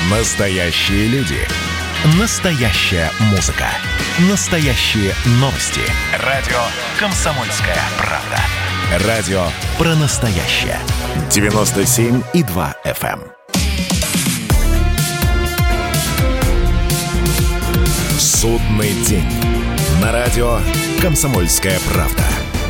Настоящие люди. Настоящая музыка. Настоящие новости. Радио «Комсомольская правда». Радио про настоящее. 97,2 FM. Судный день. На радио «Комсомольская правда».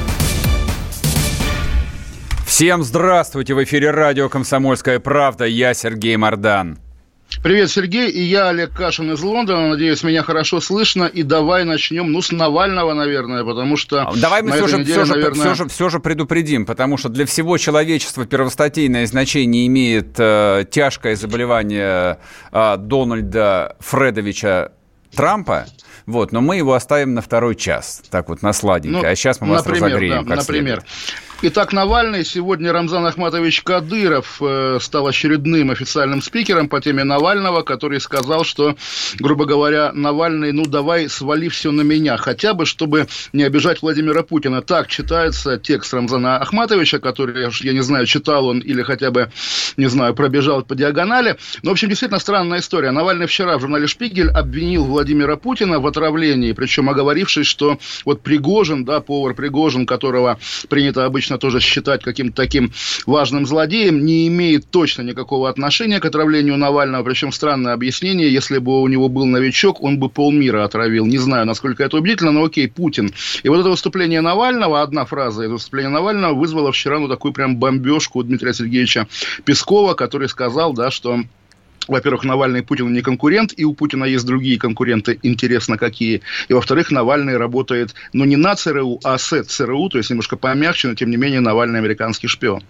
Всем здравствуйте! В эфире радио «Комсомольская правда». Я Сергей Мордан. Привет, Сергей, и я Олег Кашин из Лондона. Надеюсь, меня хорошо слышно. И давай начнем, с Навального, наверное, потому что... Давай мы все же предупредим, потому что для всего человечества первостатейное значение имеет тяжкое заболевание Дональда Фредовича Трампа. Вот, но мы его оставим на второй час, так вот, на сладенькое. А сейчас мы вас разогреем, как следует. Итак, Навальный. Сегодня Рамзан Ахматович Кадыров стал очередным официальным спикером по теме Навального, который сказал, что, грубо говоря, Навальный, давай свали все на меня, хотя бы, чтобы не обижать Владимира Путина. Так читается текст Рамзана Ахматовича, который, я не знаю, читал он или хотя бы, не знаю, пробежал по диагонали. Но, в общем, действительно странная история. Навальный вчера в журнале «Шпигель» обвинил Владимира Путина в отравлении, причем оговорившись, что вот Пригожин, повар Пригожин, которого принято обычно тоже считать каким-то таким важным злодеем, не имеет точно никакого отношения к отравлению Навального. Причем странное объяснение: если бы у него был новичок, он бы полмира отравил. Не знаю, насколько это убедительно, но окей, Путин. И вот это выступление Навального, одна фраза из выступления Навального вызвала вчера такую прям бомбежку у Дмитрия Сергеевича Пескова, который сказал, что... Во-первых, Навальный Путину не конкурент, и у Путина есть другие конкуренты, интересно какие. И, во-вторых, Навальный работает, не на ЦРУ, а с ЦРУ, то есть немножко помягче, но, тем не менее, Навальный американский шпион.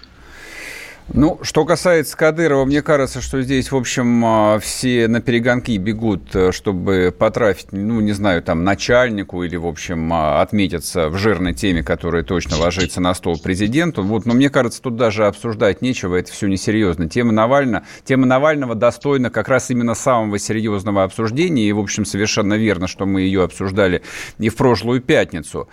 Что касается Кадырова, мне кажется, что здесь, в общем, все на перегонки бегут, чтобы потрафить, начальнику или, в общем, отметиться в жирной теме, которая точно ложится на стол президенту. Но мне кажется, тут даже обсуждать нечего, это все несерьезно. Тема Навального достойна как раз именно самого серьезного обсуждения, и, в общем, совершенно верно, что мы ее обсуждали и в прошлую пятницу.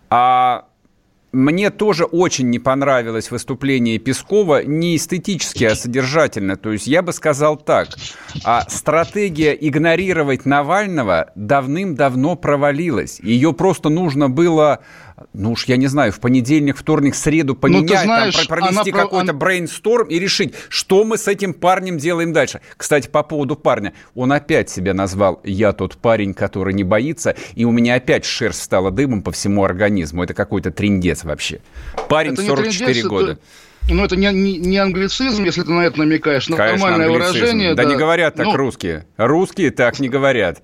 Мне тоже очень не понравилось выступление Пескова не эстетически, а содержательно. То есть я бы сказал так. Стратегия игнорировать Навального давным-давно провалилась. Ее просто нужно было... я не знаю, в понедельник, вторник, среду поменять, провести какой-то брейнсторм и решить, что мы с этим парнем делаем дальше. Кстати, по поводу парня. Он опять себя назвал «я тот парень, который не боится», и у меня опять шерсть стала дыбом по всему организму. Это какой-то трындец вообще. Парень, это 44 года. Это не англицизм, если ты на это намекаешь. Конечно, нормальное выражение. Да не говорят так русские. Русские так не говорят.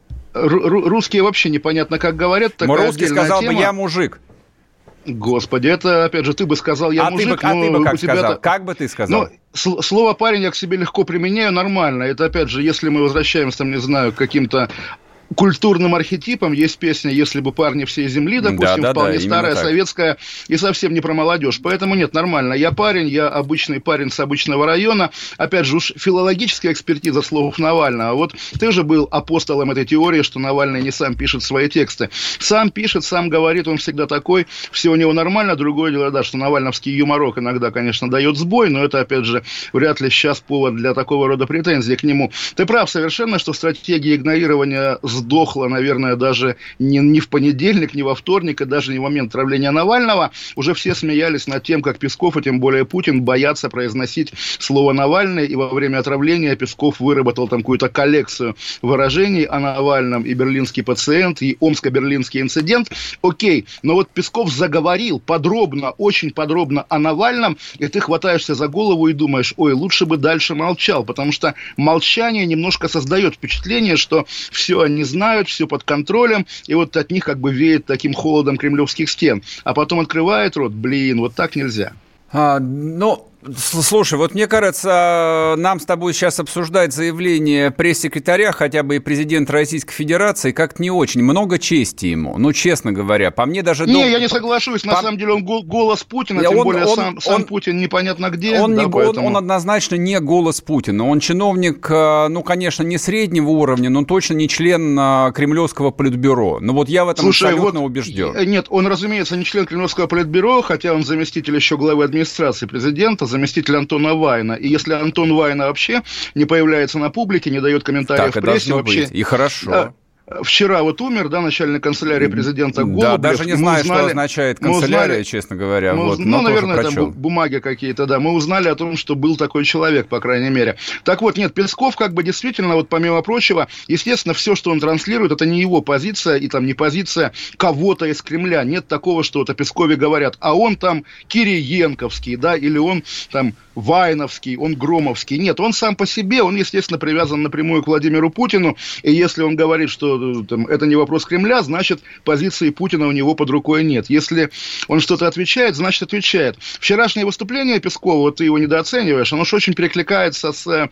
Русские вообще непонятно, как говорят. Русский сказал бы «я мужик». Господи, это, опять же, ты бы сказал «я мужик». Ты бы как сказал? Как бы ты сказал? Слово «парень» я к себе легко применяю, нормально. Это, опять же, если мы возвращаемся, к каким-то культурным архетипом. Есть песня «Если бы парни всей земли», допустим, вполне старая, советская, и совсем не про молодежь. Поэтому нет, нормально. Я парень, я обычный парень с обычного района. Опять же, уж филологическая экспертиза слов Навального. Вот ты же был апостолом этой теории, что Навальный не сам пишет свои тексты. Сам пишет, сам говорит, он всегда такой, все у него нормально. Другое дело, что навальновский юморок иногда, конечно, дает сбой, но это, опять же, вряд ли сейчас повод для такого рода претензий к нему. Ты прав совершенно, что стратегия игнорирования сдохла, наверное, даже не в понедельник, не во вторник, и даже не в момент отравления Навального. Уже все смеялись над тем, как Песков, и тем более Путин, боятся произносить слово «Навальный», и во время отравления Песков выработал там какую-то коллекцию выражений о Навальном, и «Берлинский пациент», и «Омско-берлинский инцидент». Окей, но вот Песков заговорил подробно, очень подробно о Навальном, и ты хватаешься за голову и думаешь: ой, лучше бы дальше молчал, потому что молчание немножко создает впечатление, что все они знают, все под контролем, и вот от них как бы веет таким холодом кремлевских стен. А потом открывает рот, вот так нельзя. Слушай, вот мне кажется, нам с тобой сейчас обсуждать заявление пресс-секретаря, хотя бы и президента Российской Федерации, как-то не очень. Много чести ему, честно говоря. По мне даже... я не соглашусь. На самом деле он голос Путина, тем более сам Путин непонятно где. Он однозначно не голос Путина. Он чиновник, конечно, не среднего уровня, но точно не член кремлевского политбюро. Я в этом абсолютно убежден. Нет, он, разумеется, не член кремлевского политбюро, хотя он заместитель еще главы администрации президента, заместитель Антона Вайна. И если Антон Вайна вообще не появляется на публике, не дает комментариев в прессе, вообще... Быть. И хорошо. Да, вчера вот умер, да, начальник канцелярии президента Голубев. Да, даже не знаю, что означает канцелярия, честно говоря. Наверное, это бумаги какие-то, да. Мы узнали о том, что был такой человек, по крайней мере. Так вот, нет, Песков как бы действительно, вот помимо прочего, естественно, все, что он транслирует, это не его позиция и там не позиция кого-то из Кремля. Нет такого, что вот о Пескове говорят, а он там Кириенковский, да, или он там Вайновский, он Громовский. Нет, он сам по себе, он, естественно, привязан напрямую к Владимиру Путину, и если он говорит, что там, это не вопрос Кремля, значит, позиции Путина у него под рукой нет. Если он что-то отвечает, значит, отвечает. Вчерашнее выступление Пескова, вот ты его недооцениваешь, оно же очень перекликается с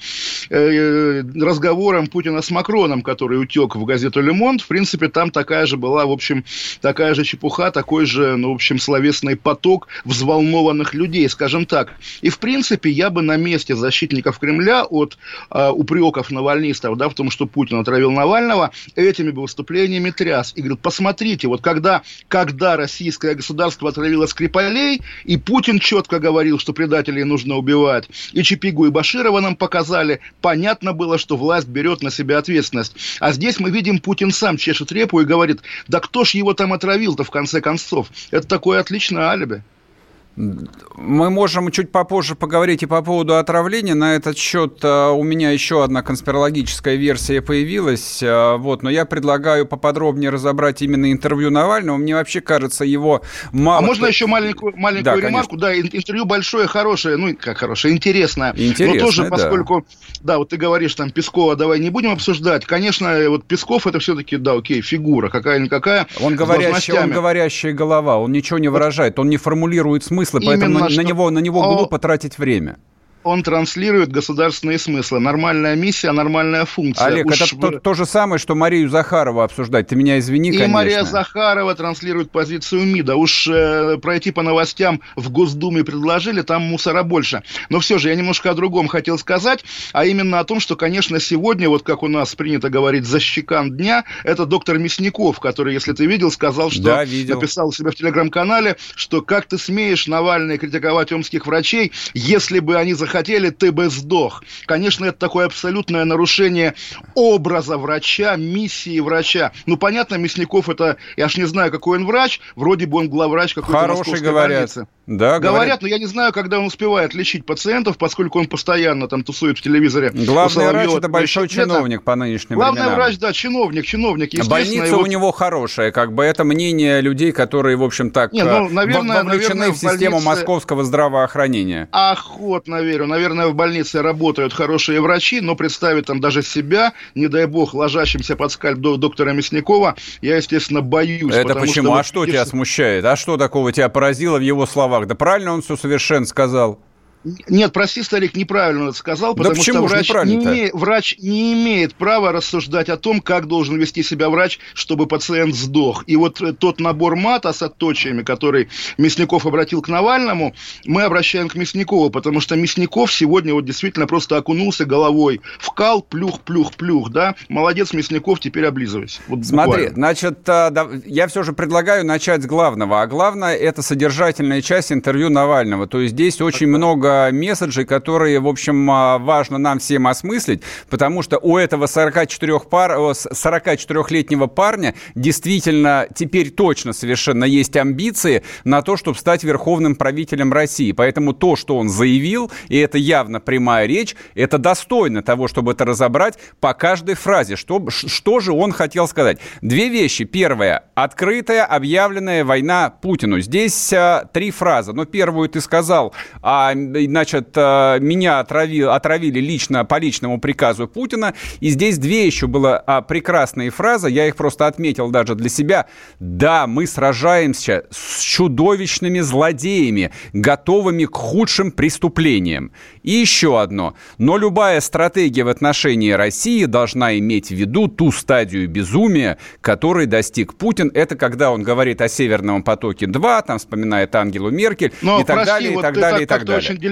разговором Путина с Макроном, который утек в газету «Ле Монд». В принципе, там такая же была, в общем, такая же чепуха, такой же, ну, в общем, словесный поток взволнованных людей, скажем так. И, в принципе, я бы на месте защитников Кремля от упреков навальнистов, да, в том, что Путин отравил Навального, этими бы выступлениями тряс. И говорит, посмотрите, вот когда российское государство отравило Скрипалей, и Путин четко говорил, что предателей нужно убивать, и Чапигу, и Баширова нам показали, понятно было, что власть берет на себя ответственность. А здесь мы видим, Путин сам чешет репу и говорит, да кто ж его там отравил-то в конце концов? Это такое отличное алиби. Мы можем чуть попозже поговорить и по поводу отравления. На этот счет у меня еще одна конспирологическая версия появилась. Но я предлагаю поподробнее разобрать именно интервью Навального. Мне вообще кажется, его мало... А можно еще маленькую ремарку? Да, интервью большое, хорошее, интересное. Но тоже, поскольку, вот ты говоришь, там, Пескова давай не будем обсуждать. Конечно, вот Песков это все-таки, фигура какая-никакая. Он говорящая голова, он ничего не выражает, он не формулирует смысл. Поэтому на него глупо тратить время. Он транслирует государственные смыслы. Нормальная миссия, нормальная функция. Олег, это то же самое, что Марию Захарову обсуждать. Ты меня извини, конечно. И Мария Захарова транслирует позицию МИДа. Уж пройти по новостям в Госдуме предложили, там мусора больше. Но все же я немножко о другом хотел сказать, а именно о том, что, конечно, сегодня, вот как у нас принято говорить, защекан дня, это доктор Мясников, который, если ты видел, сказал, что написал у себя в телеграм-канале, что как ты смеешь, Навальный, критиковать омских врачей, если бы они захотели, ты бы сдох. Конечно, это такое абсолютное нарушение образа врача, миссии врача. Ну, понятно, Мясников это, я ж не знаю, какой он врач, вроде бы он главврач какой-то московской больницы. Да, говорят, но я не знаю, когда он успевает лечить пациентов, поскольку он постоянно там тусует в телевизоре. Главный врач – это большой чиновник по нынешним временам. Главный врач, да, чиновник, естественно. Больница у него хорошая, как бы это мнение людей, которые, в общем, так вовлечены в систему московского здравоохранения. Охотно верю. Наверное, в больнице работают хорошие врачи, но представить там даже себя, не дай бог, ложащимся под скальп доктора Мясникова, я, естественно, боюсь. Это почему? А что тебя смущает? А что такого тебя поразило в его словах? Да правильно он все совершенно сказал. Нет, прости, старик, неправильно это сказал, потому что врач не имеет права рассуждать о том, как должен вести себя врач, чтобы пациент сдох. И вот тот набор мата с отточиями, который Мясников обратил к Навальному, мы обращаем к Мясникову, потому что Мясников сегодня вот действительно просто окунулся головой в кал, плюх, да. Молодец, Мясников, теперь облизывайся. Вот смотри, значит, я все же предлагаю начать с главного. А главное, это содержательная часть интервью Навального. То есть здесь очень много месседжей, которые, в общем, важно нам всем осмыслить, потому что у этого 44-летнего парня действительно теперь точно совершенно есть амбиции на то, чтобы стать верховным правителем России. Поэтому то, что он заявил, и это явно прямая речь, это достойно того, чтобы это разобрать по каждой фразе. Что же он хотел сказать? Две вещи. Первое. Открытая, объявленная война Путину. Здесь 3 фразы. Но первую ты сказал, значит, меня отравили лично по личному приказу Путина. И здесь 2 еще было прекрасные фразы, я их просто отметил даже для себя. Да, мы сражаемся с чудовищными злодеями, готовыми к худшим преступлениям. И еще одно. Но любая стратегия в отношении России должна иметь в виду ту стадию безумия, которой достиг Путин. Это когда он говорит о Северном потоке-2, там вспоминает Ангелу Меркель, и так далее, и так далее, и так далее.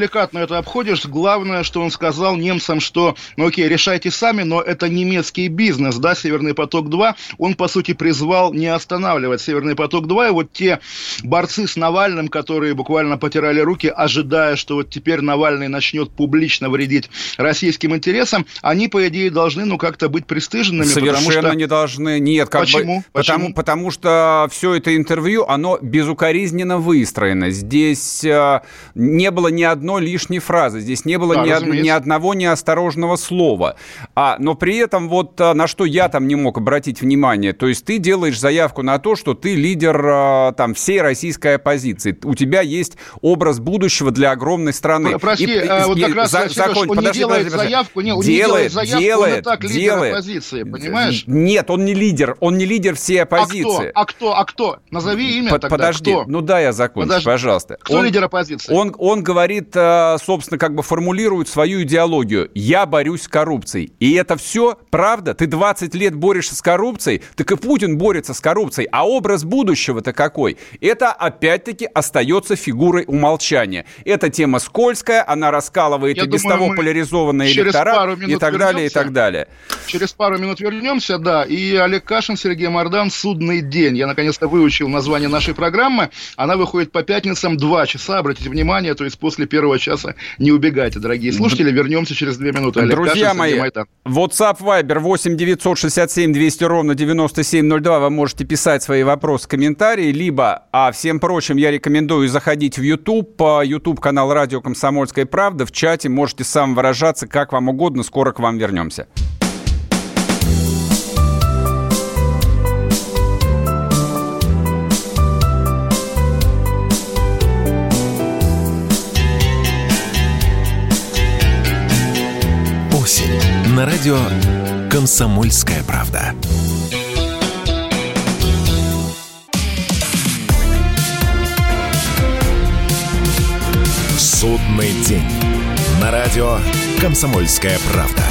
деликатно это обходишь. Главное, что он сказал немцам, что, ну окей, решайте сами, но это немецкий бизнес, да, «Северный поток-2». Он, по сути, призвал не останавливать «Северный поток-2». И вот те борцы с Навальным, которые буквально потирали руки, ожидая, что вот теперь Навальный начнет публично вредить российским интересам, они, по идее, должны, ну, как-то быть пристыженными. Совершенно не должны. Нет, Почему? Потому что все это интервью, оно безукоризненно выстроено. Здесь не было ни одной лишней фразы, здесь не было ни одного неосторожного слова. Но при этом вот на что я там не мог обратить внимание, то есть ты делаешь заявку на то, что ты лидер там всей российской оппозиции. У тебя есть образ будущего для огромной страны. Прости, вот как раз, Сереж, он не делает заявку, он не делает заявку, он и так лидер оппозиции, понимаешь? Нет, он не лидер всей оппозиции. А кто? Назови имя тогда. Подожди, ну дай я закончу, пожалуйста. Кто лидер оппозиции? Он говорит, собственно, как бы формулирует свою идеологию. Я борюсь с коррупцией. И это все правда? Ты 20 лет борешься с коррупцией, так и Путин борется с коррупцией. А образ будущего-то какой? Это, опять-таки, остается фигурой умолчания. Эта тема скользкая, она раскалывает и без того поляризованный электорат и так далее, и так далее. Через пару минут вернемся, да. И Олег Кашин, Сергей Мардан, «Судный день». Я, наконец-то, выучил название нашей программы. Она выходит по пятницам 2 часа. Обратите внимание, то есть после первого часа не убегайте, дорогие слушатели. Вернемся через 2 минуты. Олег Друзья Кашин, мои, WhatsApp, Viber 8 967 200 ровно 9702. Вы можете писать свои вопросы, комментарии, либо, всем прочим, я рекомендую заходить в YouTube, YouTube-канал «Радио Комсомольская правда». В чате можете сам выражаться, как вам угодно. Скоро к вам вернемся. Осень. На радио «Комсомольская правда». Судный день. На радио «Комсомольская правда».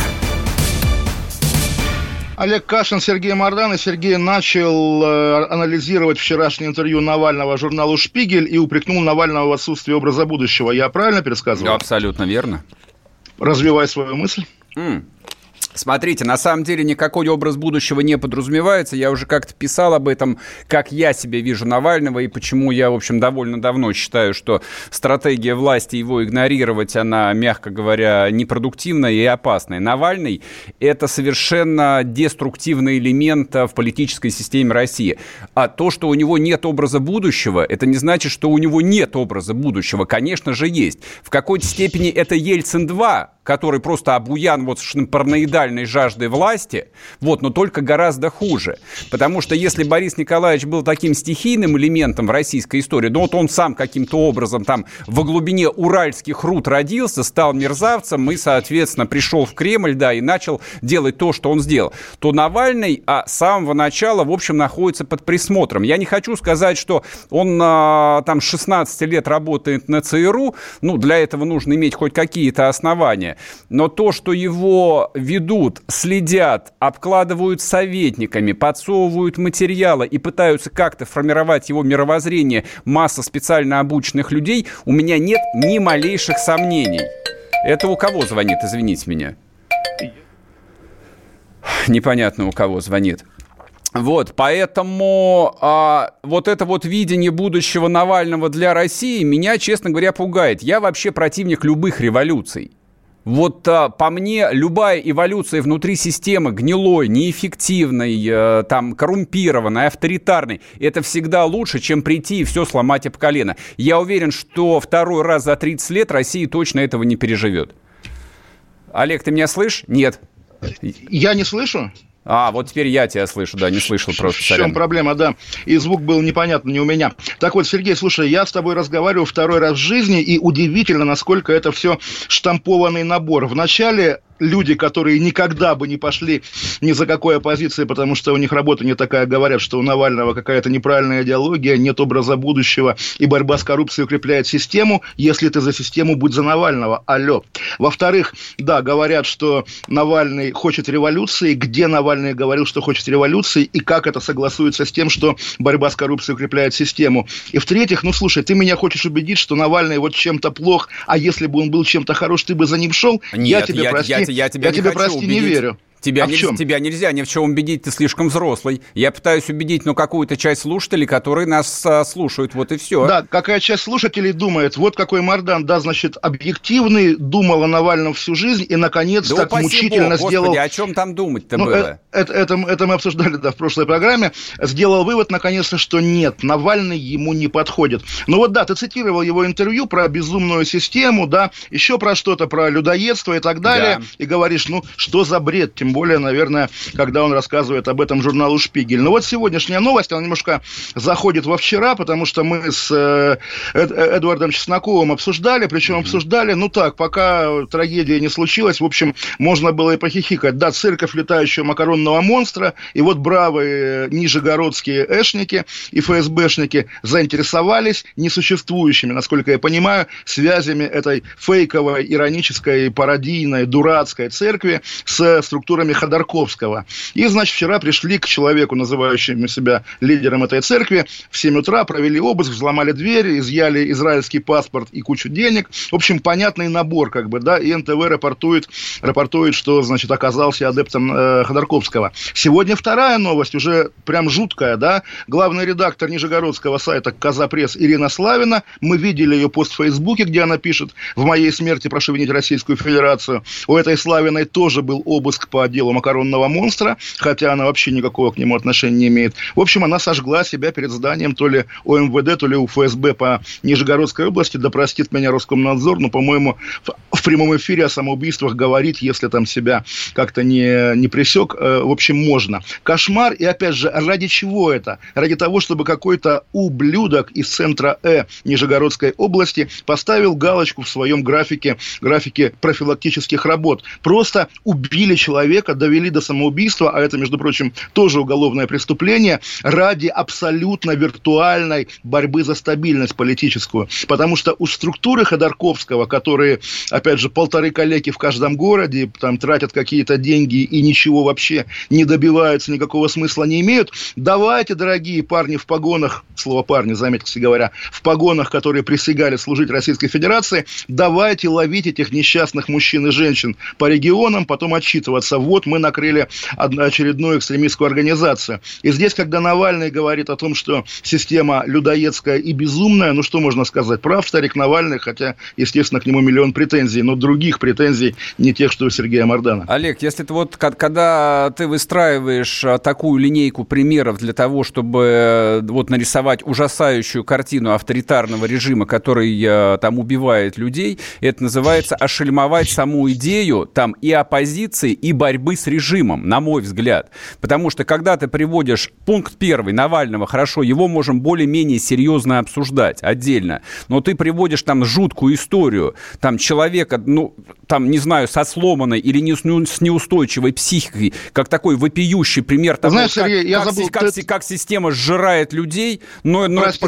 Олег Кашин, Сергей Мардан. И Сергей начал анализировать вчерашнее интервью Навального журналу «Шпигель» и упрекнул Навального в отсутствии образа будущего. Я правильно пересказываю? Абсолютно верно. Развивай свою мысль. Смотрите, на самом деле никакой образ будущего не подразумевается. Я уже как-то писал об этом, как я себе вижу Навального и почему я, в общем, довольно давно считаю, что стратегия власти его игнорировать, она, мягко говоря, непродуктивная и опасная. Навальный – это совершенно деструктивный элемент в политической системе России. А то, что у него нет образа будущего, это не значит, что у него нет образа будущего. Конечно же, есть. В какой-то степени это Ельцин-2, который просто обуян вот параноидальной жаждой власти, вот, но только гораздо хуже. Потому что если Борис Николаевич был таким стихийным элементом в российской истории, ну вот он сам каким-то образом там во глубине уральских руд родился, стал мерзавцем и, соответственно, пришел в Кремль, да, и начал делать то, что он сделал, то Навальный с самого начала, в общем, находится под присмотром. Я не хочу сказать, что он там с 16 лет работает на ЦРУ, ну, для этого нужно иметь хоть какие-то основания. Но то, что его ведут, следят, обкладывают советниками, подсовывают материалы и пытаются как-то формировать его мировоззрение масса специально обученных людей, у меня нет ни малейших сомнений. Это у кого звонит, извините меня? Непонятно, у кого звонит. Вот, поэтому вот это вот видение будущего Навального для России меня, честно говоря, пугает. Я вообще противник любых революций. Вот по мне, любая эволюция внутри системы гнилой, неэффективной, там, коррумпированной, авторитарной, это всегда лучше, чем прийти и все сломать об колено. Я уверен, что второй раз за 30 лет Россия точно этого не переживет. Олег, ты меня слышишь? Нет. Я не слышу? Вот теперь я тебя слышу, да, не слышал просто. В чем проблема, да. И звук был непонятный, не у меня. Так вот, Сергей, слушай, я с тобой разговариваю второй раз в жизни, и удивительно, насколько это все штампованный набор. Вначале люди, которые никогда бы не пошли ни за какой оппозиции, потому что у них работа не такая, говорят, что у Навального какая-то неправильная идеология, нет образа будущего, и борьба с коррупцией укрепляет систему. Если ты за систему, будь за Навального. Алло. Во-вторых, да, говорят, что Навальный хочет революции. Где Навальный говорил, что хочет революции, и как это согласуется с тем, что борьба с коррупцией укрепляет систему. И в-третьих, ну, слушай, ты меня хочешь убедить, что Навальный вот чем-то плох, а если бы он был чем-то хорош, ты бы за ним шел? Нет, я тебе прости, не верю. Тебя нельзя ни в чем убедить, ты слишком взрослый. Я пытаюсь убедить, какую-то часть слушателей, которые нас слушают, вот и все. Да, какая часть слушателей думает, вот какой Мардан, да, значит, объективный, думал о Навальном всю жизнь и, наконец, да так мучительно Бог, сделал... Господи, о чем там думать-то было? Это мы обсуждали, да, в прошлой программе. Сделал вывод, наконец-то, что нет, Навальный ему не подходит. Ну вот, да, ты цитировал его интервью про безумную систему, да, еще про что-то, про людоедство и так далее, да. И говоришь, что за бред, тем более, наверное, когда он рассказывает об этом журналу «Шпигель». Ну вот сегодняшняя новость, она немножко заходит во вчера, потому что мы с Эдуардом Чесноковым обсуждали, причем обсуждали, пока трагедия не случилась, в общем, можно было и похихикать. Да, церковь летающего макаронного монстра, и вот бравые нижегородские эшники и ФСБшники заинтересовались несуществующими, насколько я понимаю, связями этой фейковой, иронической, пародийной, дурацкой церкви с структурами Ходорковского. И, значит, вчера пришли к человеку, называющему себя лидером этой церкви, в 7 утра провели обыск, взломали дверь, изъяли израильский паспорт и кучу денег. В общем, понятный набор, да, и НТВ рапортует, что, значит, оказался адептом Ходорковского. Сегодня вторая новость, уже прям жуткая, да, главный редактор нижегородского сайта «Коза Пресс» Ирина Славина, мы видели ее пост в Фейсбуке, где она пишет: «В моей смерти прошу винить Российскую Федерацию». У этой Славиной тоже был обыск по делу макаронного монстра, хотя она вообще никакого к нему отношения не имеет. В общем, она сожгла себя перед зданием то ли ОМВД, то ли УФСБ по Нижегородской области. Да простит меня Роскомнадзор, но, по-моему, в прямом эфире о самоубийствах говорить, если там себя как-то не пресек, в общем, можно. Кошмар, и опять же, ради чего это? Ради того, чтобы какой-то ублюдок из центра Нижегородской области поставил галочку в своем графике профилактических работ. Просто убили человека, довели до самоубийства, а это, между прочим, тоже уголовное преступление, ради абсолютно виртуальной борьбы за стабильность политическую. Потому что у структуры Ходорковского, которые, опять же, 1,5 калеки в каждом городе, там тратят какие-то деньги и ничего вообще не добиваются, никакого смысла не имеют, давайте, дорогие парни в погонах, слово парни, заметьте, говоря, в погонах, которые присягали служить Российской Федерации, давайте ловить этих несчастных мужчин и женщин по регионам, потом отчитываться. Вот мы накрыли очередную экстремистскую организацию. И здесь, когда Навальный говорит о том, что система людоедская и безумная, что можно сказать? Прав старик Навальный, хотя, естественно, к нему миллион претензий, но других претензий не тех, что у Сергея Мардана. Олег, если ты когда ты выстраиваешь такую линейку примеров для того, чтобы нарисовать ужасающую картину авторитарного режима, который там убивает людей, это называется ошельмовать саму идею там и оппозиции, и борьбы с режимом, на мой взгляд. Потому что, когда ты приводишь пункт 1 Навального, хорошо, его можем более-менее серьезно обсуждать отдельно, но ты приводишь там жуткую историю, там человека, не знаю, со сломанной или с неустойчивой психикой, как такой вопиющий пример того, знаешь, Сергей, как система сжирает людей, но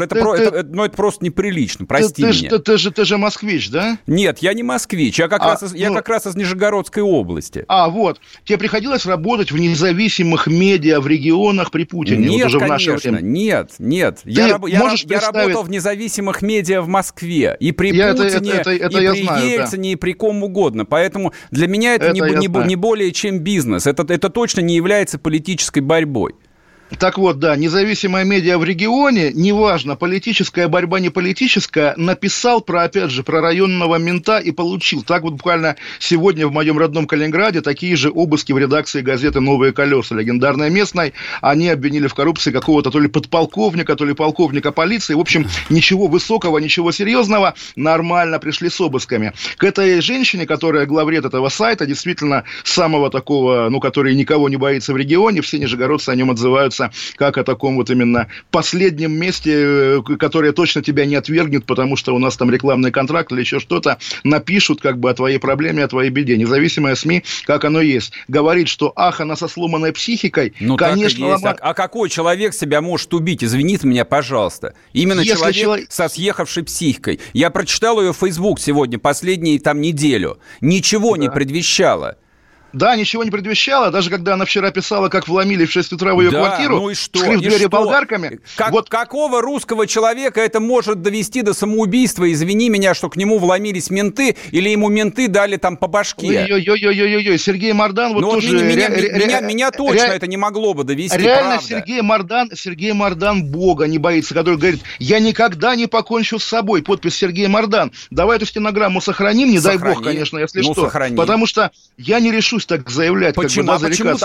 это просто неприлично, прости меня. Ты же москвич, да? Нет, я не москвич, я как раз из Нижегородской области. Вот. Тебе приходилось работать в независимых медиа в регионах при Путине? Нет, уже конечно, нет. Я работал в независимых медиа в Москве. И при Путине, и при Ельцине, и при ком угодно. Поэтому для меня это не более чем бизнес. Это точно не является политической борьбой. Так вот, да, независимое медиа в регионе, неважно, политическая борьба, не политическая, написал про районного мента и получил. Так вот буквально сегодня в моем родном Калининграде такие же обыски в редакции газеты «Новые колеса», легендарной местной. Они обвинили в коррупции какого-то то ли подполковника, то ли полковника полиции. В общем, ничего высокого, ничего серьезного, нормально пришли с обысками. К этой женщине, которая главред этого сайта, действительно самого такого, который никого не боится в регионе, все нижегородцы о нем отзываются говорится, как о таком вот именно последнем месте, которое точно тебя не отвергнет, потому что у нас там рекламный контракт или еще что-то, напишут как бы о твоей проблеме, о твоей беде. Независимое СМИ, как оно есть. Говорит, что она со сломанной психикой, ну, конечно, а какой человек себя может убить? Извините меня, пожалуйста. Именно человек со съехавшей психикой. Я прочитал ее в Facebook сегодня, последнюю там неделю. Ничего не предвещало. Да, ничего не предвещало, даже когда она вчера писала, как вломили в 6 утра в ее квартиру, ну и что? шли в двери болгарками. Какого русского человека это может довести до самоубийства? Извини меня, что к нему вломились менты, или ему менты дали там по башке? Ой-ой-ой, Сергей Мордан тоже... Меня точно это не могло бы довести, реально, правда. Сергей Мордан Бога не боится, который говорит, я никогда не покончу с собой. Подпись Сергей Мордан. Давай эту стенограмму сохраним, не дай бог, конечно, если что. Сохрани. Потому что я не решусь так заявлять. Почему?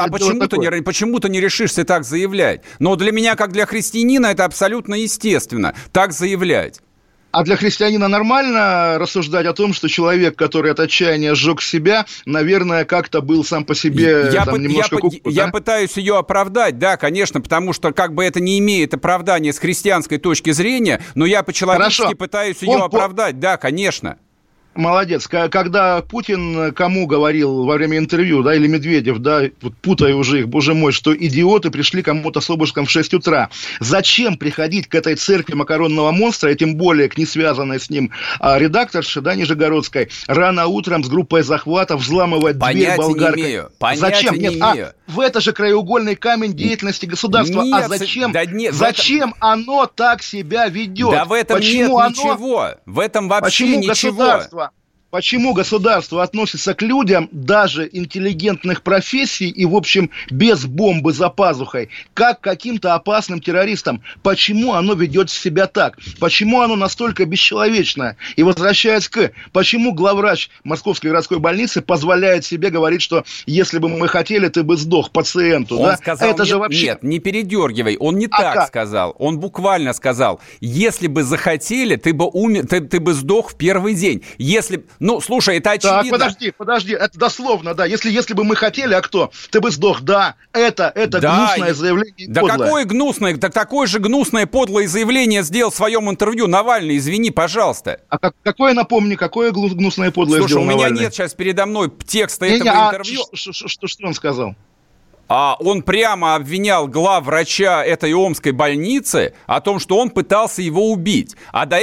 Почему ты не решишься так заявлять? Но для меня, как для христианина, это абсолютно естественно, так заявлять. А для христианина нормально рассуждать о том, что человек, который от отчаяния сжег себя, наверное, как-то был сам по себе немножко куку, да? Я пытаюсь ее оправдать, да, конечно, потому что как бы это не имеет оправдания с христианской точки зрения, но я по-человечески пытаюсь ее оправдать, да, конечно. Молодец. Когда Путин кому говорил во время интервью, да, или Медведев, да, вот путаю уже их, боже мой, что идиоты пришли кому-то с обыском в 6 утра. Зачем приходить к этой церкви макаронного монстра, и тем более к не связанной с ним редакторше, да, нижегородской, рано утром с группой захвата взламывать дверь болгаркой? Зачем? Нет, в это же краеугольный камень деятельности государства. Нет, зачем оно так себя ведет? Да в этом нет ничего. В этом вообще ничего. Почему государство относится к людям даже интеллигентных профессий и, в общем, без бомбы за пазухой, как к каким-то опасным террористам? Почему оно ведет себя так? Почему оно настолько бесчеловечное? И возвращаясь почему главврач Московской городской больницы позволяет себе говорить, что если бы мы хотели, ты бы сдох пациенту? Он сказал, нет, не передергивай, он не так сказал. Он буквально сказал, если бы захотели, ты бы умер, ты бы сдох в первый день. Ну, слушай, это очевидно. Так, подожди, это дословно, да. Если бы мы хотели, а кто? Ты бы сдох, да. Это гнусное заявление. Да подлое. Какое гнусное? Так такое же гнусное подлое заявление сделал в своем интервью Навальный, извини, пожалуйста. А какое гнусное подлое сделал Навальный? Слушай, у меня нет сейчас передо мной текста этого интервью. Что он сказал? Он прямо обвинял главврача этой омской больницы о том, что он пытался его убить. А до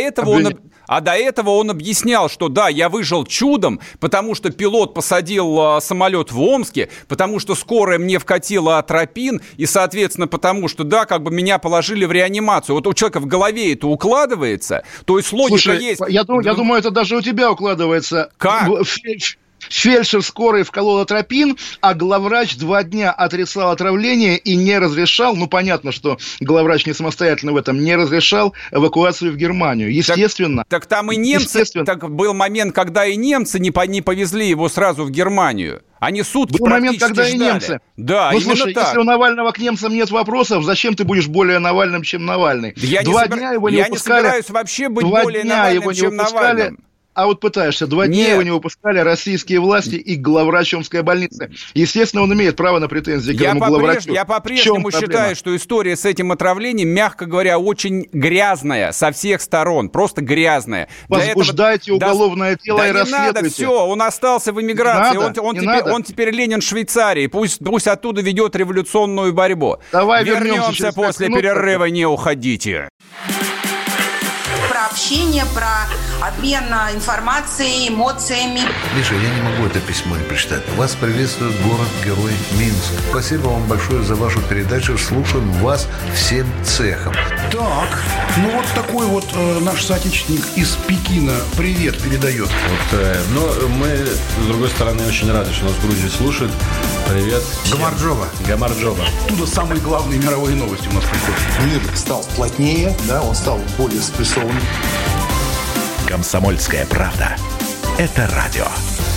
этого он объяснял, что да, я выжил чудом, потому что пилот посадил самолет в Омске, потому что скорая мне вкатила атропин, и, соответственно, потому что, да, как бы меня положили в реанимацию. Вот у человека в голове это укладывается, то есть логика есть. Я думаю, это даже у тебя укладывается. Как? Фельдшер скорой вколол атропин, а главврач 2 дня отрицал отравление и не разрешал, понятно, что главврач не самостоятельно в этом, не разрешал эвакуацию в Германию. Естественно. Так там и немцы, так был момент, когда и немцы не повезли его сразу в Германию. Они сутки был момент, когда ждали. И немцы. Да, именно слушай, так. Если у Навального к немцам нет вопросов, зачем ты будешь более Навальным, чем Навальный? Я не собираюсь вообще быть более Навальным, чем Навальным. А вот пытаешься. 2 дня его не выпускали российские власти и главврач Омской больницы. Естественно, он имеет право на претензии к этому главврачу. Я по-прежнему считаю, что история с этим отравлением, мягко говоря, очень грязная со всех сторон. Просто грязная. Возбуждайте уголовное дело и расследуйте. Не надо, все, он остался в эмиграции. Он теперь Ленин Швейцарии. Пусть оттуда ведет революционную борьбу. Давай вернемся после перерыва, не уходите. Про общение, про обмен информацией, эмоциями. Миша, я не могу это письмо не прочитать. Вас приветствует город-герой Минск. Спасибо вам большое за вашу передачу. Слушаем вас всем цехом. Так, вот такой вот наш соотечественник из Пекина привет передает. Но мы, с другой стороны, очень рады, что нас в Грузии слушают. Привет. Гамарджоба. Оттуда самые главные мировые новости у нас приходят. Мир стал плотнее, да, он стал более спрессованным. «Комсомольская правда». Это радио.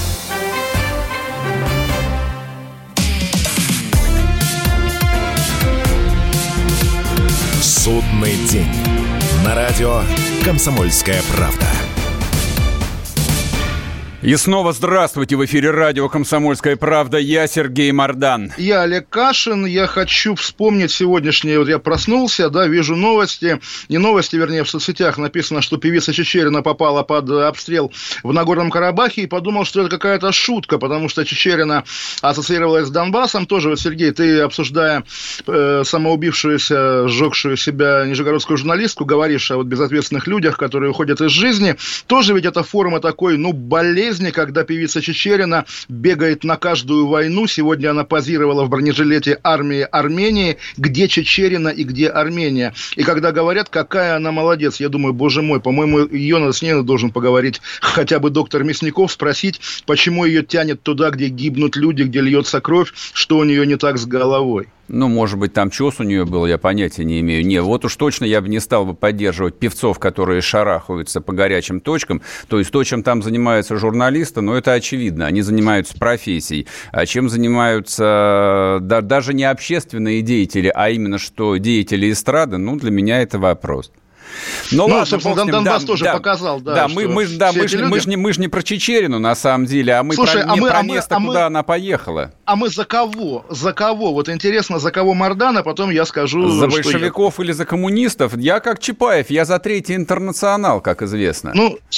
Судный день. На радио «Комсомольская правда». И снова здравствуйте, в эфире радио «Комсомольская правда». Я Сергей Мордан. Я Олег Кашин. Я хочу вспомнить сегодняшнее. Вот я проснулся, да, вижу новости. Не новости, вернее, в соцсетях написано, что певица Чичерина попала под обстрел в Нагорном Карабахе, и подумал, что это какая-то шутка, потому что Чичерина ассоциировалась с Донбассом. Тоже, вот, Сергей, ты, обсуждая самоубившуюся, сжегшую себя нижегородскую журналистку, говоришь о вот безответственных людях, которые уходят из жизни. Тоже ведь это форма такой, болезни, когда певица Чичерина бегает на каждую войну. Сегодня она позировала в бронежилете армии Армении. Где Чичерина и где Армения? И когда говорят, какая она молодец, я думаю, боже мой, по-моему, с ней должен поговорить хотя бы доктор Мясников, спросить, почему ее тянет туда, где гибнут люди, где льется кровь, что у нее не так с головой. Может быть, там чёс у нее был, я понятия не имею. Не, вот уж точно я бы не стал бы поддерживать певцов, которые шарахаются по горячим точкам. То есть то, чем там занимаются журналисты, это очевидно. Они занимаются профессией. А чем занимаются даже не общественные деятели, а именно что деятели эстрады, для меня это вопрос. Ладно, собственно, Донбасс тоже показал, да. Да, мы же не про Чичерину, на самом деле, а мы про место, куда она поехала. А мы за кого? За кого? Вот интересно, за кого Мордан, а потом я скажу, за большевиков или за коммунистов? Я как Чапаев, я за Третий интернационал, как известно.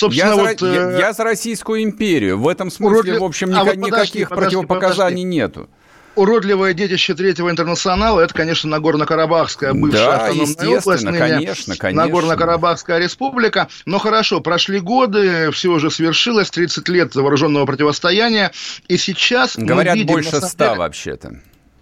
Я за Российскую империю. В этом смысле, в общем, никаких противопоказаний нету. Уродливое детище Третьего интернационала, это, конечно, Нагорно-Карабахская бывшая автономная область, конечно. Нагорно-Карабахская республика. Но хорошо, прошли годы, все уже свершилось, 30 лет вооруженного противостояния, и сейчас говорят, мы видим, больше 100 вообще-то.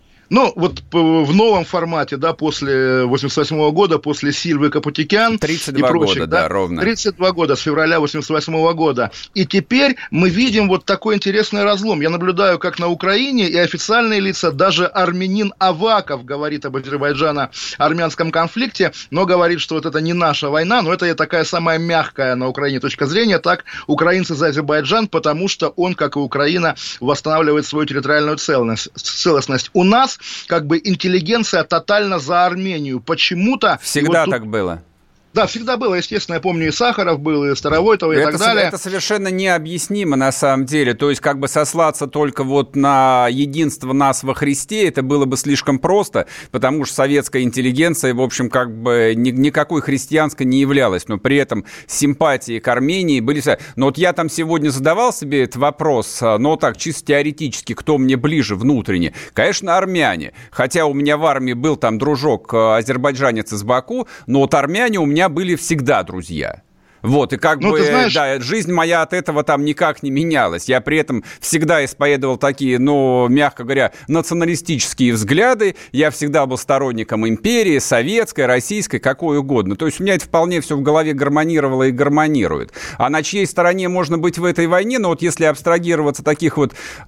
В новом формате, да, после 88 года, после Сильвы Капутикян 32 и прочих, года, да, ровно. 32 года, с февраля 88 года. И теперь мы видим вот такой интересный разлом. Я наблюдаю, как на Украине и официальные лица, даже армянин Аваков говорит об Азербайджано-армянском конфликте, но говорит, что вот это не наша война, но это такая самая мягкая на Украине точка зрения. Так, украинцы за Азербайджан, потому что он, как и Украина, восстанавливает свою территориальную целостность. У нас как бы интеллигенция тотально за Армению. Почему-то... Всегда так было. Да, всегда было, естественно, я помню, и Сахаров был, и Старовойтов, и так далее. Это совершенно необъяснимо на самом деле. То есть, как бы сослаться только на единство нас во Христе, это было бы слишком просто, потому что советская интеллигенция, в общем, как бы никакой христианской не являлась, но при этом симпатии к Армении были... Но я там сегодня задавал себе этот вопрос, так, чисто теоретически, кто мне ближе внутренне. Конечно, армяне. Хотя у меня в армии был там дружок, азербайджанец из Баку, но армяне у меня были всегда друзья. Вот, и как бы, знаешь... да, жизнь моя от этого там никак не менялась. Я при этом всегда исповедовал такие, мягко говоря, националистические взгляды. Я всегда был сторонником империи, советской, российской, какой угодно. То есть у меня это вполне все в голове гармонировало и гармонирует. А на чьей стороне можно быть в этой войне? Если абстрагироваться таких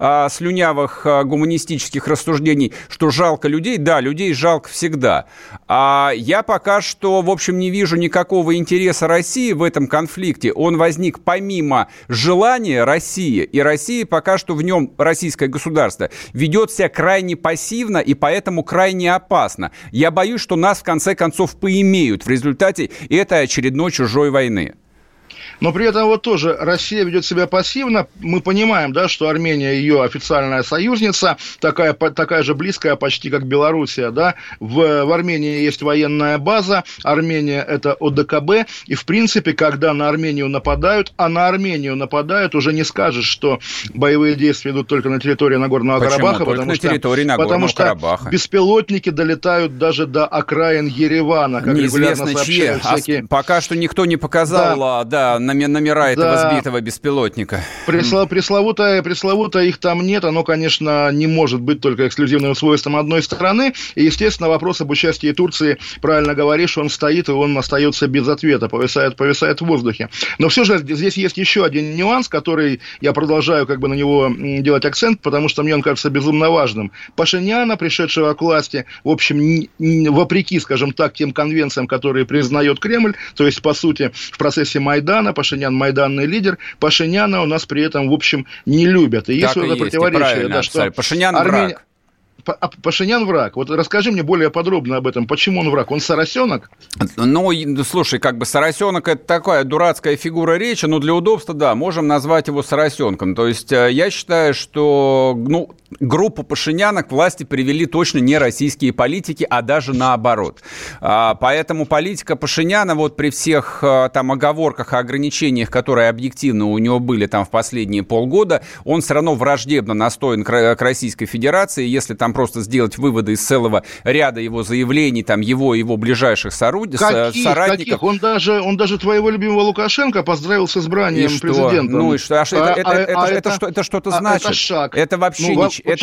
слюнявых гуманистических рассуждений, что жалко людей, да, людей жалко всегда. А я пока что, в общем, не вижу никакого интереса России в этом конфликте. Он возник помимо желания России, и Россия пока что в нем, российское государство, ведет себя крайне пассивно и поэтому крайне опасно. Я боюсь, что нас в конце концов поимеют в результате этой очередной чужой войны. Но при этом тоже Россия ведет себя пассивно. Мы понимаем, да, что Армения ее официальная союзница, такая же близкая почти как Белоруссия. Да? В Армении есть военная база, Армения это ОДКБ. И в принципе, когда на Армению нападают, уже не скажешь, что боевые действия идут только на территории Нагорного Карабаха. Потому что беспилотники долетают даже до окраин Еревана. Как неизвестно чьи. Пока что никто не показал, номера этого сбитого беспилотника. Пресловутая их там нет, оно, конечно, не может быть только эксклюзивным свойством одной страны. И, естественно, вопрос об участии Турции, правильно говоришь, он стоит, и он остается без ответа, повисает в воздухе. Но все же здесь есть еще один нюанс, который я продолжаю на него делать акцент, потому что мне он кажется безумно важным. Пашиняна, пришедшего к власти, в общем, вопреки, скажем так, тем конвенциям, которые признает Кремль, то есть, по сути, в процессе Майдана, Пашинян майданный лидер, Пашиняна у нас при этом, в общем, не любят. И есть это противоречие. Да, что Пашинян враг. Пашинян враг. Вот расскажи мне более подробно об этом. Почему он враг? Он соросенок? Ну, слушай, как бы соросенок — это такая дурацкая фигура речи, но для удобства, да, можем назвать его соросенком. То есть я считаю, что, группу Пашиняна к власти привели точно не российские политики, а даже наоборот. Поэтому политика Пашиняна вот при всех там оговорках и ограничениях, которые объективно у него были там в последние полгода, он все равно враждебно настроен к Российской Федерации. Если там просто сделать выводы из целого ряда его заявлений, там его ближайших соратников. Каких? Он даже твоего любимого Лукашенко поздравил с избранием президента. Ну и что? Это что-то значит? Это шаг. Это вообще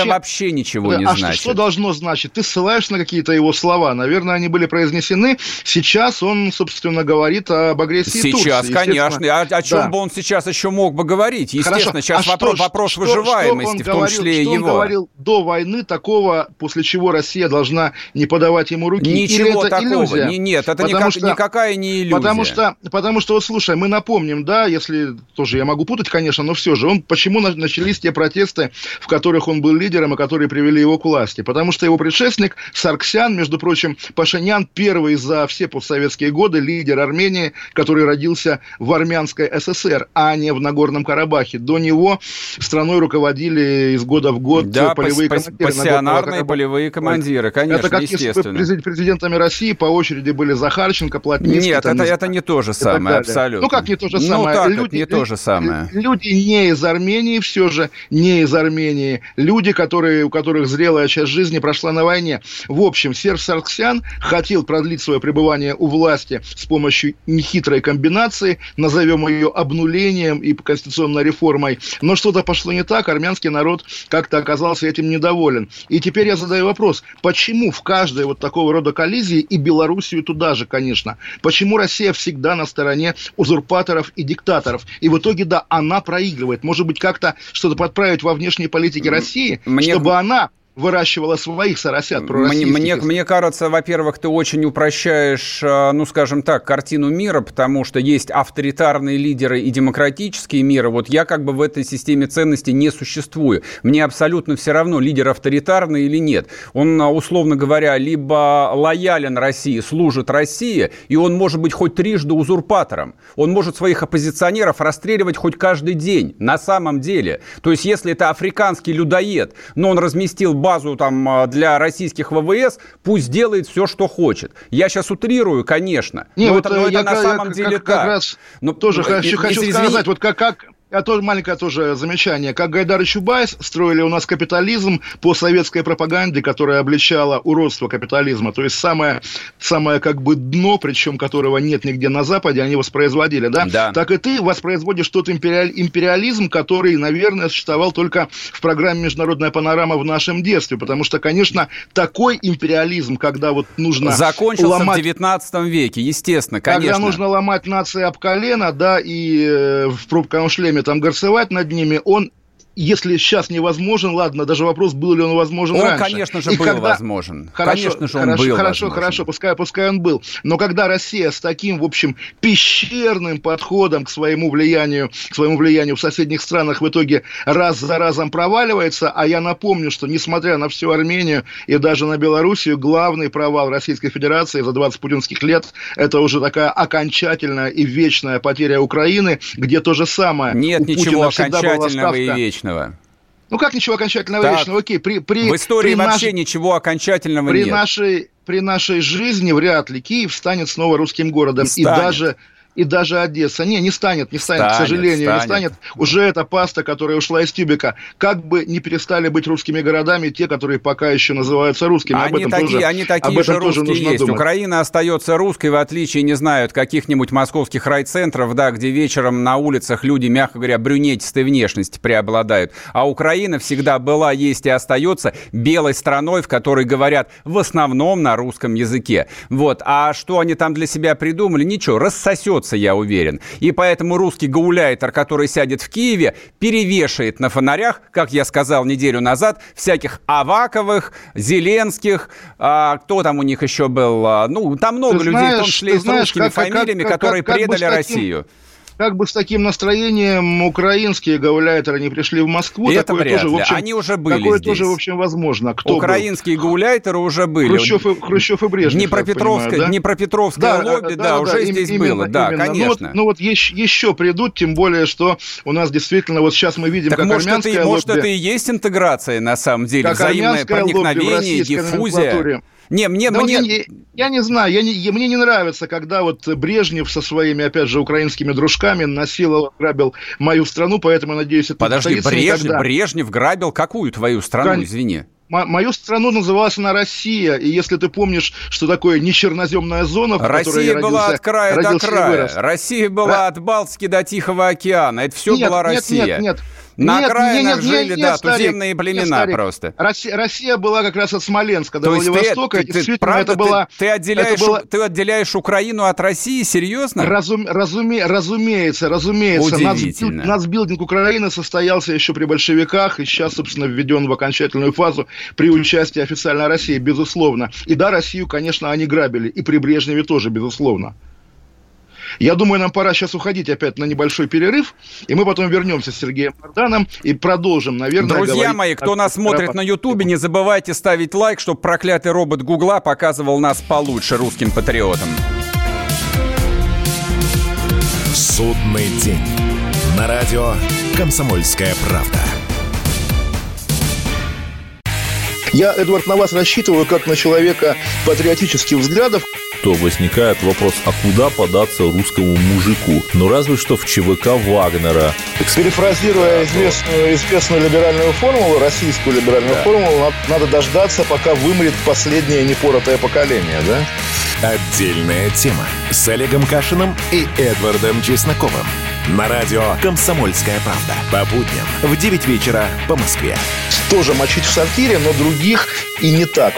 ничего не значит. Что должно значить? Ты ссылаешься на какие-то его слова. Наверное, они были произнесены. Сейчас он, собственно, говорит об агрессии Турции. Сейчас, конечно. О чем бы он сейчас еще мог бы говорить? Естественно, сейчас вопрос выживаемости, в том числе и его. Что он говорил до войны такого, после чего Россия должна не подавать ему руки? Ничего это такого. Иллюзия? Нет, это никакая не иллюзия. Потому что, вот слушай, мы напомним, да, если тоже я могу путать, конечно, но все же, почему начались те протесты, в которых он был лидером и которые привели его к власти? Потому что его предшественник Сарксян, между прочим, Пашинян, первый за все постсоветские годы лидер Армении, который родился в Армянской ССР, а не в Нагорном Карабахе. До него страной руководили из года в год полевые командиры. Пассионарные полевые командиры, конечно, это как естественно. Если президентами России по очереди были Захарченко, Плотницкий. Нет, это не то же самое, абсолютно. Ну как не то же самое? Не то же самое. Люди не из Армении, все же не из Армении. Люди, у которых зрелая часть жизни прошла на войне. В общем, Серж Сарксян хотел продлить свое пребывание у власти с помощью нехитрой комбинации, назовем ее обнулением и конституционной реформой. Но что-то пошло не так, армянский народ как-то оказался этим недоволен. И теперь я задаю вопрос, почему в каждой вот такого рода коллизии, и Белоруссию туда же, конечно, почему Россия всегда на стороне узурпаторов и диктаторов? И в итоге, да, она проигрывает. Может быть, как-то что-то подправить во внешней политике России, чтобы она выращивала своих соросят пророссийских. Мне кажется, во-первых, ты очень упрощаешь, скажем так, картину мира, потому что есть авторитарные лидеры и демократические миры. Вот я как бы в этой системе ценностей не существую. Мне абсолютно все равно, лидер авторитарный или нет. Он, условно говоря, либо лоялен России, служит России, и он может быть хоть трижды узурпатором. Он может своих оппозиционеров расстреливать хоть каждый день, на самом деле. То есть, если это африканский людоед, но он разместил базу там для российских ВВС, пусть делает все, что хочет. Я сейчас утрирую, конечно. Но это на самом деле так. Тоже хочу сказать, вот как маленькое тоже замечание. Как Гайдар и Чубайс строили у нас капитализм по советской пропаганде, которая обличала уродство капитализма. То есть самое как бы дно, причем которого нет нигде на Западе, они воспроизводили, да? Да. Так и ты воспроизводишь тот империализм, который, наверное, существовал только в программе «Международная панорама» в нашем детстве. Потому что, конечно, такой империализм, когда вот нужно закончился в 19 веке, естественно, конечно. Когда нужно ломать нации об колено, да, и в пробковом шлеме там горцевать над ними, он, если сейчас невозможен, ладно, даже вопрос, был ли он возможен раньше. Он, конечно же, был возможен. Хорошо, пускай он был. Но когда Россия с таким, в общем, пещерным подходом к своему влиянию в соседних странах в итоге раз за разом проваливается, а я напомню, что несмотря на всю Армению и даже на Белоруссию, главный провал Российской Федерации за 20 путинских лет – это уже такая окончательная и вечная потеря Украины, где то же самое. Нет ничего окончательного и вечного. Ну как ничего окончательного и вечного? Окей, в истории вообще ничего окончательного нет. При нашей жизни вряд ли Киев станет снова русским городом. И даже Одесса. Не станет, к сожалению, не станет. Уже эта паста, которая ушла из тюбика. Как бы не перестали быть русскими городами те, которые пока еще называются русскими. Они такие же русские есть. Думать. Украина остается русской, в отличие, не знаю, от каких-нибудь московских райцентров, да, где вечером на улицах люди, мягко говоря, брюнетистой внешности преобладают. А Украина всегда была, есть и остается белой страной, в которой говорят в основном на русском языке. Вот. А что они там для себя придумали? Ничего, рассосется, я уверен. И поэтому русский гауляйтер, который сядет в Киеве, перевешает на фонарях, как я сказал неделю назад, всяких Аваковых, Зеленских, кто там у них еще был, там много людей, в том числе и с русскими фамилиями, которые предали Россию. как бы с таким настроением украинские гауляйтеры не пришли в Москву, это такое вряд тоже, ли. в общем, они уже были такое здесь. Тоже, в общем, возможно. Кто украинские был? гауляйтеры уже были. Хрущев и Брежнев, Днепропетровское лобби, уже здесь было. Да, конечно. Ну вот еще придут, тем более, что у нас действительно, вот сейчас мы видим, так как армянское лобби... Может, это и есть интеграция, на самом деле, как взаимное проникновение, диффузия. Я не знаю, мне не нравится, когда вот Брежнев со своими, опять же, украинскими дружками насиловал, грабил мою страну, поэтому, надеюсь, это повторится никогда. Брежнев грабил какую твою страну, извини? Мою страну называлась она Россия, и если ты помнишь, что такое нечерноземная зона, в которой я родился, была от края до края, Россия была от Балтики до Тихого океана, это все была Россия. Нет. На окраинах жили, туземные племена просто. Россия была как раз от Смоленска до Владивостока. Ты отделяешь Украину от России? Серьезно? Разумеется. Удивительно. Нацбилдинг Украины состоялся еще при большевиках и сейчас, собственно, введен в окончательную фазу при участии официальной России, безусловно. И да, Россию, конечно, они грабили. И при Брежневе тоже, безусловно. Я думаю, нам пора сейчас уходить опять на небольшой перерыв, и мы потом вернемся с Сергеем Марданом и продолжим, наверное, Друзья мои, кто нас смотрит на Ютубе, не забывайте ставить лайк, чтобы проклятый робот Гугла показывал нас получше русским патриотам. Судный день. На радио «Комсомольская правда». Я, Эдвард, на вас рассчитываю как на человека патриотических взглядов. То возникает вопрос, а куда податься русскому мужику? Ну, разве что в ЧВК Вагнера. Перефразируя известную либеральную формулу, российскую либеральную формулу, надо дождаться, пока вымрет последнее непоротое поколение, да? Отдельная тема с Олегом Кашиным и Эдвардом Чесноковым. На радио «Комсомольская правда». По будням в 9 вечера по Москве. Тоже мочить в сортире, но других и не так.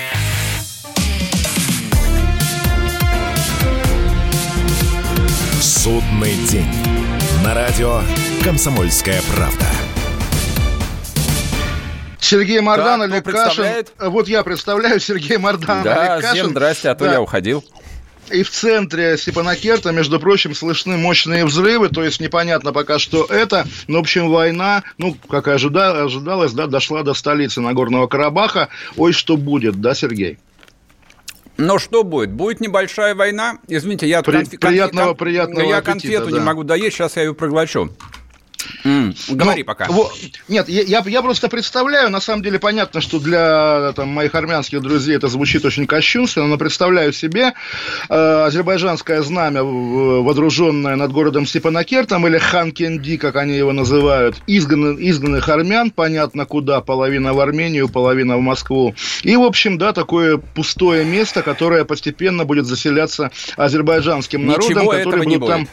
Судный день. На радио «Комсомольская правда». Сергей Мардан, Олег Кашин. Вот я представляю Сергей Мардан, Олег Кашин. Всем здрасте, а то я уходил. И в центре Степанакерта, между прочим, слышны мощные взрывы, то есть непонятно пока, что это. Но, в общем, война, как и ожидалось, дошла до столицы Нагорного Карабаха. Ой, что будет, да, Сергей? Но что будет? Будет небольшая война. Извините, я приятного я конфету не могу доесть, сейчас я ее проглочу. Говори пока. Нет, я просто представляю, на самом деле понятно, что для моих армянских друзей это звучит очень кощунственно, но представляю себе азербайджанское знамя, водруженное над городом Степанакертом, или Хан-Кенди, как они его называют, изгнанных армян, понятно куда, половина в Армению, половина в Москву. И, в общем, да, такое пустое место, которое постепенно будет заселяться азербайджанским народом, который будет там...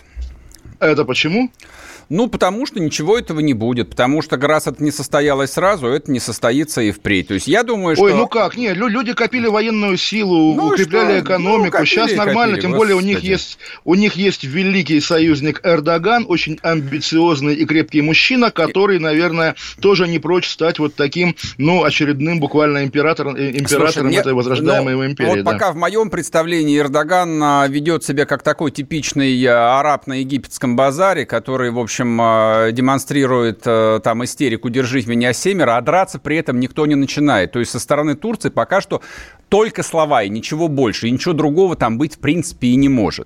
Это почему? Потому что ничего этого не будет. Потому что раз это не состоялось сразу, это не состоится и впредь. То есть я думаю, что... Нет, люди копили военную силу, укрепляли экономику. Сейчас нормально, тем более у них есть великий союзник Эрдоган, очень амбициозный и крепкий мужчина, который, наверное, тоже не прочь стать вот таким, очередным буквально императором этой возрождаемой империи. Вот пока в моем представлении Эрдоган ведет себя как такой типичный араб на египетском базаре, который, в общем, демонстрирует там истерику «держи меня семеро», а драться при этом никто не начинает. То есть со стороны Турции пока что только слова и ничего больше, и ничего другого там быть в принципе и не может.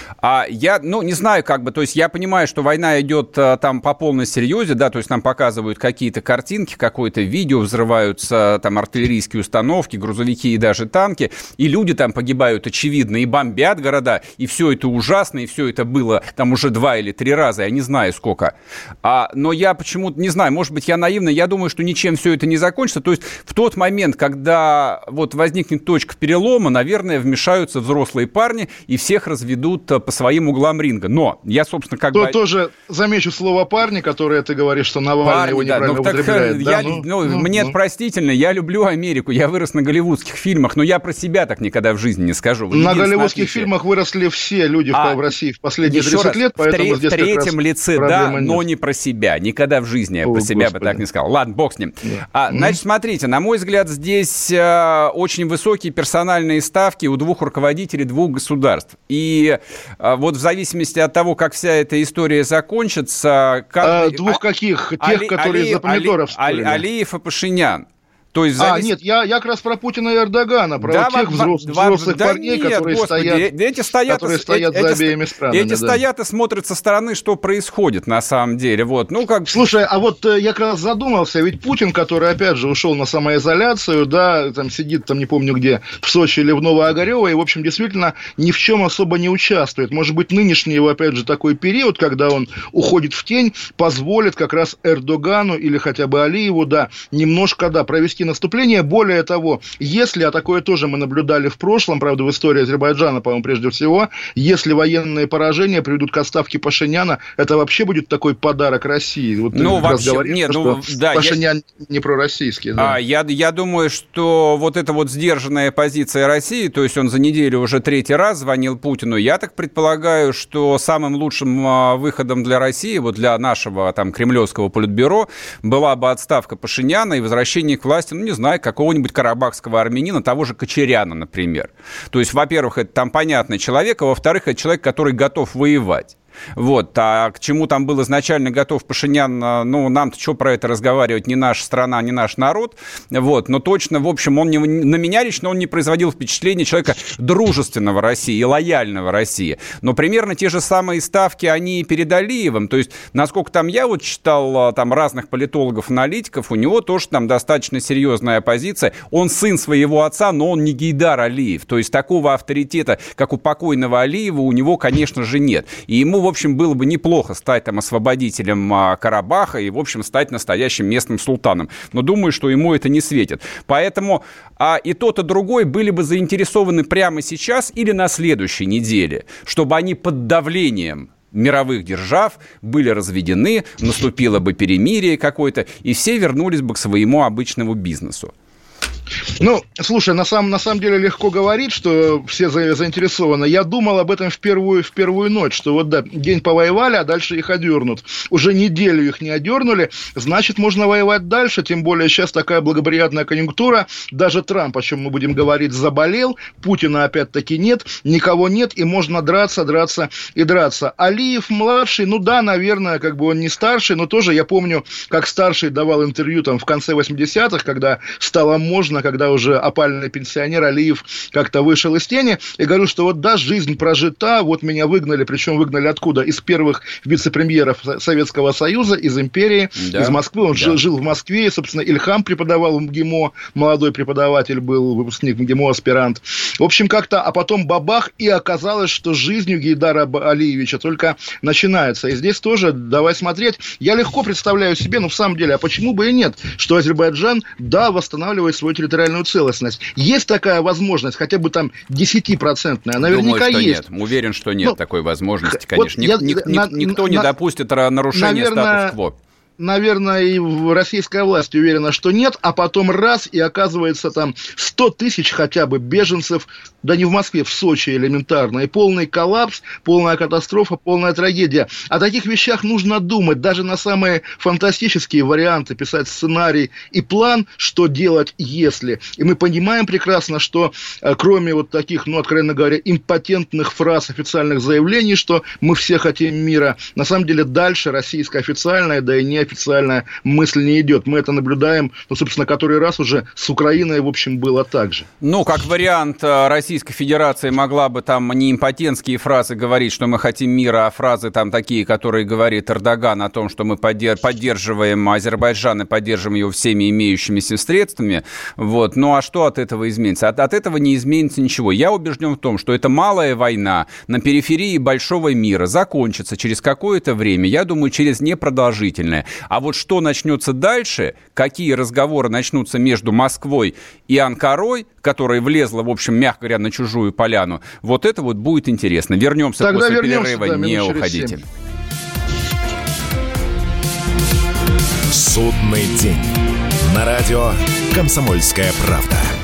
А я, не знаю, то есть я понимаю, что война идет там по полной серьезе, да, то есть нам показывают какие-то картинки, какое-то видео, взрываются там артиллерийские установки, грузовики и даже танки, и люди там погибают, очевидно, и бомбят города, и все это ужасно, и все это было там уже 2 или 3 раза, я не знаю сколько. Но я почему-то, не знаю, может быть, я наивный, я думаю, что ничем все это не закончится, то есть в тот момент, когда вот возникнет точка перелома, наверное, вмешаются взрослые парни и всех разведут по своим углам ринга. Но я, собственно, тоже замечу слово «парни», которое ты говоришь, что Навальный его неправильно употребляет. Мне простительно, я люблю Америку, я вырос на голливудских фильмах, но я про себя так никогда в жизни не скажу. На голливудских фильмах выросли все люди в России в последние 30 лет, поэтому здесь в третьем лице, да, но не про себя. Никогда в жизни я про себя бы так не сказал. Ладно, бог с ним. Значит, смотрите, на мой взгляд, здесь очень высокие персональные ставки у двух руководителей двух государств. И вот в зависимости от того, как вся эта история закончится... Двух каких? Тех, которые из-за помидоров спорили. Алиев и Пашинян. То есть нет, я как раз про Путина и Эрдогана, про тех взрослых парней, которые стоят за обеими странами. Эти стоят и смотрят со стороны, что происходит на самом деле. Вот. Слушай, а вот я как раз задумался, ведь Путин, который, опять же, ушел на самоизоляцию, да, там сидит, там не помню где, в Сочи или в Новоогарево, и, в общем, действительно ни в чем особо не участвует. Может быть, нынешний его, опять же, такой период, когда он уходит в тень, позволит как раз Эрдогану или хотя бы Алиеву, да, немножко, да, провести наступление. Более того, если, а такое тоже мы наблюдали в прошлом, правда, в истории Азербайджана, по-моему, прежде всего, если военные поражения приведут к отставке Пашиняна, это вообще будет такой подарок России. Вот Пашинян не пророссийский. Да. Я думаю, что вот эта вот сдержанная позиция России, то есть он за неделю уже 3-й раз звонил Путину, я так предполагаю, что самым лучшим выходом для России, вот для нашего там кремлевского политбюро, была бы отставка Пашиняна и возвращение к власти, не знаю, какого-нибудь карабахского армянина, того же Кочаряна, например. То есть, во-первых, это там понятный человек, а во-вторых, это человек, который готов воевать. Вот, а к чему там был изначально готов Пашинян, нам-то что про это разговаривать, не наша страна, не наш народ, вот, но точно, в общем, на меня лично он не производил впечатления человека дружественного России, лояльного России, но примерно те же самые ставки они и перед Алиевым, то есть, насколько там я вот читал там разных политологов, аналитиков, у него тоже там достаточно серьезная позиция, он сын своего отца, но он не Гейдар Алиев, то есть, такого авторитета, как у покойного Алиева, у него, конечно же, нет, и ему в общем, было бы неплохо стать там освободителем Карабаха и, в общем, стать настоящим местным султаном. Но думаю, что ему это не светит. Поэтому и тот, и другой были бы заинтересованы прямо сейчас или на следующей неделе, чтобы они под давлением мировых держав были разведены, наступило бы перемирие какое-то, и все вернулись бы к своему обычному бизнесу. Слушай, на самом деле легко говорить, что все заинтересованы. Я думал об этом в первую ночь, что вот да, день повоевали, а дальше их одернут. Уже неделю их не одернули, значит, можно воевать дальше, тем более сейчас такая благоприятная конъюнктура. Даже Трамп, о чем мы будем говорить, заболел, Путина опять-таки нет, никого нет, и можно драться и драться. Алиев младший, наверное, как бы он не старший, но тоже я помню, как старший давал интервью там в конце 80-х, когда стало можно, когда уже опальный пенсионер Алиев как-то вышел из тени, и говорил, что вот да, жизнь прожита, вот меня выгнали, причем выгнали откуда? Из первых вице-премьеров Советского Союза, из империи, из Москвы. Он жил в Москве, собственно, Ильхам преподавал в МГИМО, молодой преподаватель был, выпускник МГИМО, аспирант. В общем, как-то, а потом бабах, и оказалось, что жизнь у Гейдара Алиевича только начинается. И здесь тоже, давай смотреть, я легко представляю себе, в самом деле, а почему бы и нет, что Азербайджан, да, восстанавливает свою территориальную целостность. Есть такая возможность, хотя бы там 10%-ная, наверняка Думаю, что есть. Нет. Уверен, что нет такой возможности, конечно. Никто не допустит нарушения статус-кво. Наверное, и российская власть уверена, что нет, а потом раз, и оказывается там 100 тысяч хотя бы беженцев, да не в Москве, в Сочи элементарно, и полный коллапс, полная катастрофа, полная трагедия. О таких вещах нужно думать, даже на самые фантастические варианты, писать сценарий и план, что делать, если. И мы понимаем прекрасно, что кроме вот таких, откровенно говоря, импотентных фраз, официальных заявлений, что мы все хотим мира, на самом деле дальше российская официальная, да и неофициальная мысль не идет. Мы это наблюдаем, собственно, который раз уже с Украиной, в общем, было так же. Как вариант, Российская Федерация могла бы там не импотентские фразы говорить, что мы хотим мира, а фразы там такие, которые говорит Эрдоган о том, что мы поддерживаем Азербайджан и поддерживаем его всеми имеющимися средствами. Вот. А что от этого изменится? От этого не изменится ничего. Я убежден в том, что эта малая война на периферии большого мира закончится через какое-то время, я думаю, через непродолжительное. А вот что начнется дальше, какие разговоры начнутся между Москвой и Анкарой, которая влезла, в общем, мягко говоря, на чужую поляну, вот это вот будет интересно. Вернемся тогда после перерыва, не уходите. Судный день. На радио «Комсомольская правда».